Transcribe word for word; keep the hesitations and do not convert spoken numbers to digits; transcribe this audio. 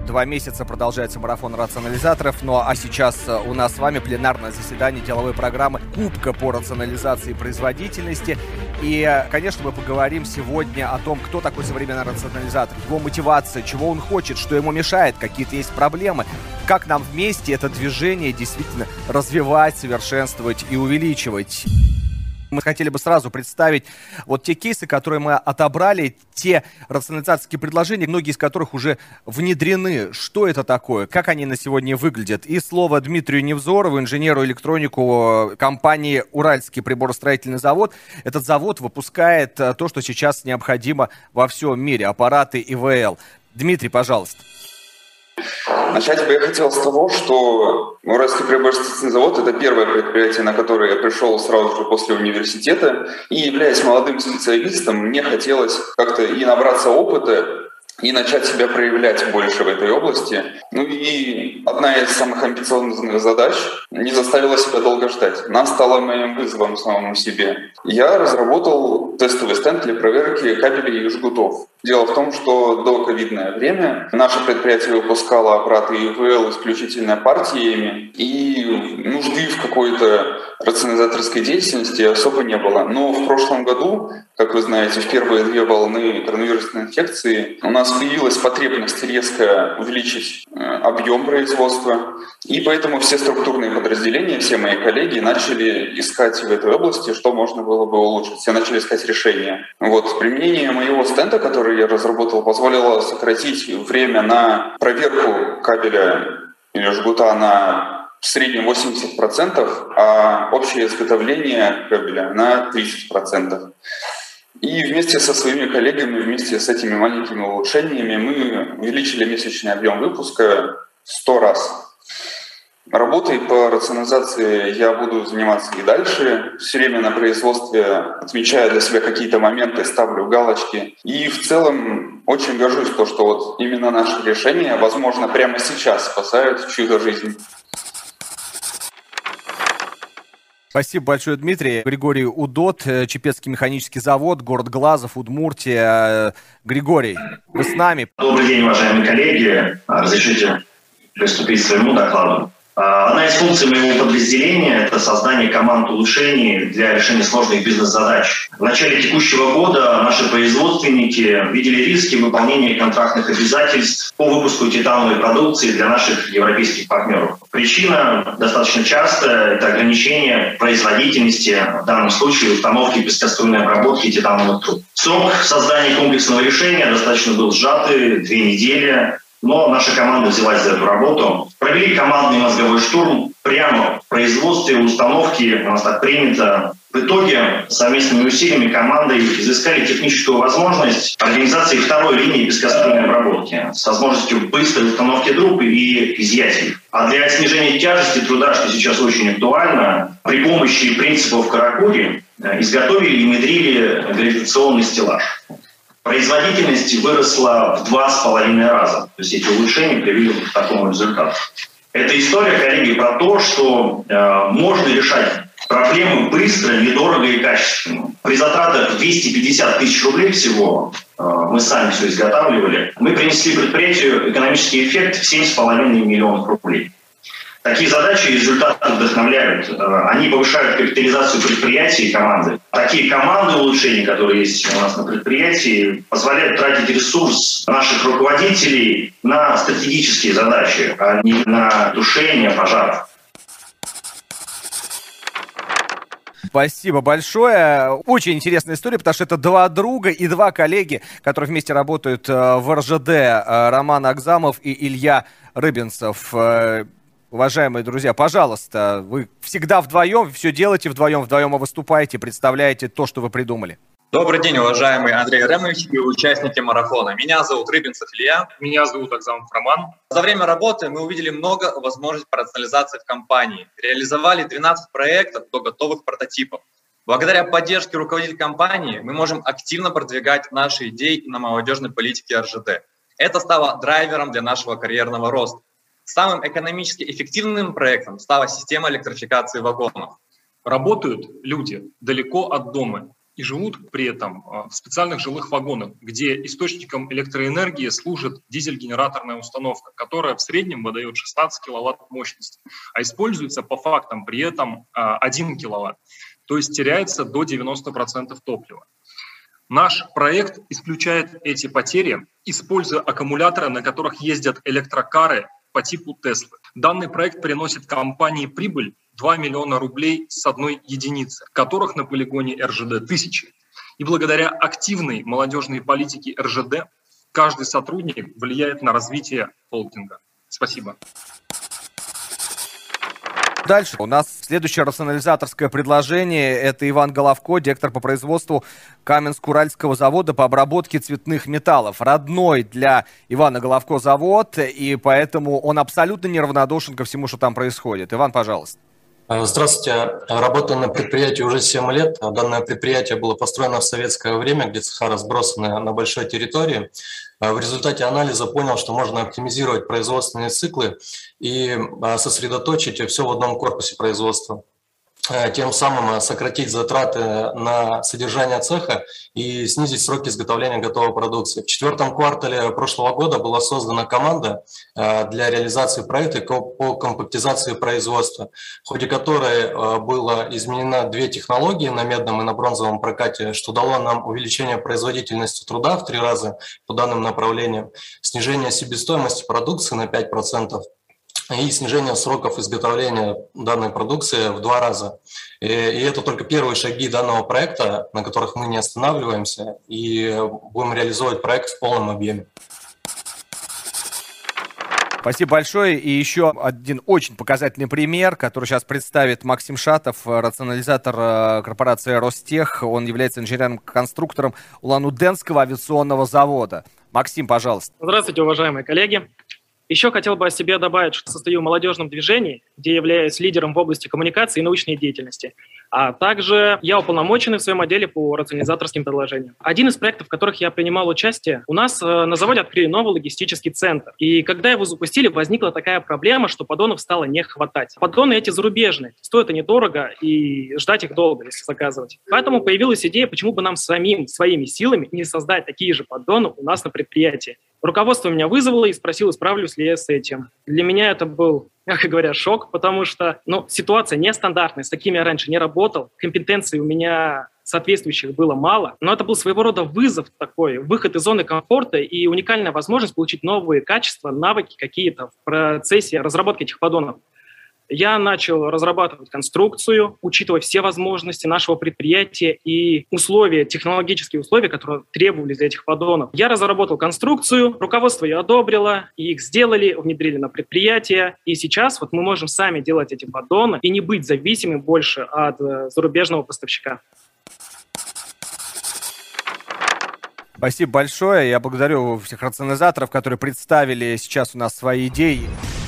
Два месяца продолжается марафон рационализаторов, ну а сейчас у нас с вами пленарное заседание деловой программы Кубка по рационализации производительности. И, конечно, мы поговорим сегодня о том, кто такой современный рационализатор, его мотивация, чего он хочет, что ему мешает, какие-то есть проблемы, как нам вместе это движение действительно развивать, совершенствовать и увеличивать. Мы хотели бы сразу представить вот те кейсы, которые мы отобрали, те рационализаторские предложения, многие из которых уже внедрены. Что это такое? Как они на сегодня выглядят? И слово Дмитрию Невзорову, инженеру-электронику компании «Уральский приборостроительный завод». Этот завод выпускает то, что сейчас необходимо во всем мире, аппараты И В Л. Дмитрий, пожалуйста. Начать бы я хотел с того, что Уральский приборостроительный завод — это первое предприятие, на которое я пришел сразу же после университета. И, являясь молодым специалистом, мне хотелось как-то и набраться опыта, и начать себя проявлять больше в этой области. Ну и одна из самых амбициозных задач не заставила себя долго ждать. Она стала моим вызовом самому себе. Я разработал тестовый стенд для проверки кабелей и жгутов. Дело в том, что до ковидное время наше предприятие выпускало аппараты И В Л исключительно партиями, и нужды в какой-то рационализаторской деятельности особо не было. Но в прошлом году, как вы знаете, в первые две волны коронавирусной инфекции у нас появилась потребность резко увеличить объем производства, и поэтому все структурные подразделения, все мои коллеги начали искать в этой области, что можно было бы улучшить. Все начали искать решения. Вот. Применение моего стенда, который я разработал, позволило сократить время на проверку кабеля или жгута на в среднем восемьдесят процентов, а общее изготовление кабеля на тридцать процентов. И вместе со своими коллегами, вместе с этими маленькими улучшениями мы увеличили месячный объем выпуска в сто раз. Работой по рационализации я буду заниматься и дальше. Все время на производстве отмечаю для себя какие-то моменты, ставлю галочки. И в целом очень горжусь, то, что вот именно наши решения, возможно, прямо сейчас спасают чью-то жизнь. Спасибо большое, Дмитрий. Григорий Удод, Чепецкий механический завод, город Глазов, Удмуртия. Григорий, вы с нами? Добрый день, уважаемые коллеги. Разрешите приступить к своему докладу. Одна из функций моего подразделения – это создание команд улучшений для решения сложных бизнес-задач. В начале текущего года наши производственники видели риски выполнения контрактных обязательств по выпуску титановой продукции для наших европейских партнеров. Причина достаточно часто – это ограничение производительности, в данном случае установки бесконструйной обработки титановых труб. Срок создания комплексного решения достаточно был сжатый – две недели. Но наша команда взялась за эту работу. Провели командный мозговой штурм прямо в производстве установки, у нас так принято. В итоге совместными усилиями командой изыскали техническую возможность организации второй линии бесконструйной обработки с возможностью быстрой установки труб и изъятий. А для снижения тяжести труда, что сейчас очень актуально, при помощи принципов Каракури изготовили и внедрили гравитационный стеллаж. Производительность выросла в два с половиной раза. То есть эти улучшения привели к такому результату. Эта история, коллеги, про то, что э, можно решать проблемы быстро, недорого и качественно. При затратах двести пятьдесят тысяч рублей всего, э, мы сами все изготавливали, мы принесли предприятию экономический эффект в семь с половиной миллионов рублей. Такие задачи и результаты вдохновляют. Они повышают капитализацию предприятий и команды. Такие команды улучшений, которые есть у нас на предприятии, позволяют тратить ресурс наших руководителей на стратегические задачи, а не на тушение пожаров. Спасибо большое. Очень интересная история, потому что это два друга и два коллеги, которые вместе работают в Р Ж Д. Роман Акзамов и Илья Рыбинцев. Уважаемые друзья, пожалуйста, вы всегда вдвоем, все делаете вдвоем, вдвоем выступаете, представляете то, что вы придумали. Добрый день, уважаемый Андрей Ремович и участники марафона. Меня зовут Рыбинцев Илья. Меня зовут Акзамов Роман. За время работы мы увидели много возможностей по рационализации в компании. Реализовали двенадцать проектов до готовых прототипов. Благодаря поддержке руководителя компании мы можем активно продвигать наши идеи на молодежной политике Р Ж Д. Это стало драйвером для нашего карьерного роста. Самым экономически эффективным проектом стала система электрификации вагонов. Работают люди далеко от дома. и живут при этом в специальных жилых вагонах, где источником электроэнергии служит дизель-генераторная установка, которая в среднем выдает шестнадцать киловатт мощности, а используется по фактам при этом один киловатт, то есть теряется до девяноста процентов топлива. Наш проект исключает эти потери, используя аккумуляторы, на которых ездят электрокары по типу Теслы. Данный проект приносит компании прибыль два миллиона рублей с одной единицы, которых на полигоне эр жэ дэ тысячи. И благодаря активной молодежной политике эр жэ дэ каждый сотрудник влияет на развитие холдинга. Спасибо. Дальше у нас следующее рационализаторское предложение. Это Иван Головко, директор по производству Каменск-Уральского завода по обработке цветных металлов. Родной для Ивана Головко завод, и поэтому он абсолютно неравнодушен ко всему, что там происходит. Иван, пожалуйста. Здравствуйте. Работаю на предприятии уже семь лет. Данное предприятие было построено в советское время, где цеха разбросаны на большой территории. В результате анализа понял, что можно оптимизировать производственные циклы и сосредоточить все в одном корпусе производства. Тем самым сократить затраты на содержание цеха и снизить сроки изготовления готовой продукции. В четвертом квартале прошлого года была создана команда для реализации проекта по компактизации производства, в ходе которой было изменено две технологии на медном и на бронзовом прокате, что дало нам увеличение производительности труда в три раза по данным направлениям, снижение себестоимости продукции на пять процентов, и снижение сроков изготовления данной продукции в два раза. И, и это только первые шаги данного проекта, на которых мы не останавливаемся, и будем реализовывать проект в полном объеме. Спасибо большое. И еще один очень показательный пример, который сейчас представит Максим Шатов, рационализатор корпорации Ростех. Он является инженером-конструктором Улан-Удэнского авиационного завода. Максим, пожалуйста. Здравствуйте, уважаемые коллеги. Еще хотел бы о себе добавить, что состою в молодежном движении, где являюсь лидером в области коммуникации и научной деятельности. А также я уполномоченный в своем отделе по рационализаторским предложениям. Один из проектов, в которых я принимал участие, у нас э, на заводе открыли новый логистический центр. И когда его запустили, возникла такая проблема, что поддонов стало не хватать. Поддоны эти зарубежные, стоят они дорого, и ждать их долго, если заказывать. Поэтому появилась идея, почему бы нам самим, своими силами не создать такие же поддоны у нас на предприятии. Руководство меня вызвало и спросило, справлюсь ли я с этим. Для меня это был, мягко говоря, шок, потому что ну, ситуация нестандартная, с такими я раньше не работал, компетенций у меня соответствующих было мало, но это был своего рода вызов такой, выход из зоны комфорта и уникальная возможность получить новые качества, навыки какие-то в процессе разработки этих поддонов. Я начал разрабатывать конструкцию, учитывая все возможности нашего предприятия и условия, технологические условия, которые требовались для этих поддонов. Я разработал конструкцию, руководство ее одобрило, и их сделали, внедрили на предприятие. И сейчас вот мы можем сами делать эти поддоны и не быть зависимыми больше от э, зарубежного поставщика. Спасибо большое. Я благодарю всех рационализаторов, которые представили сейчас у нас свои идеи.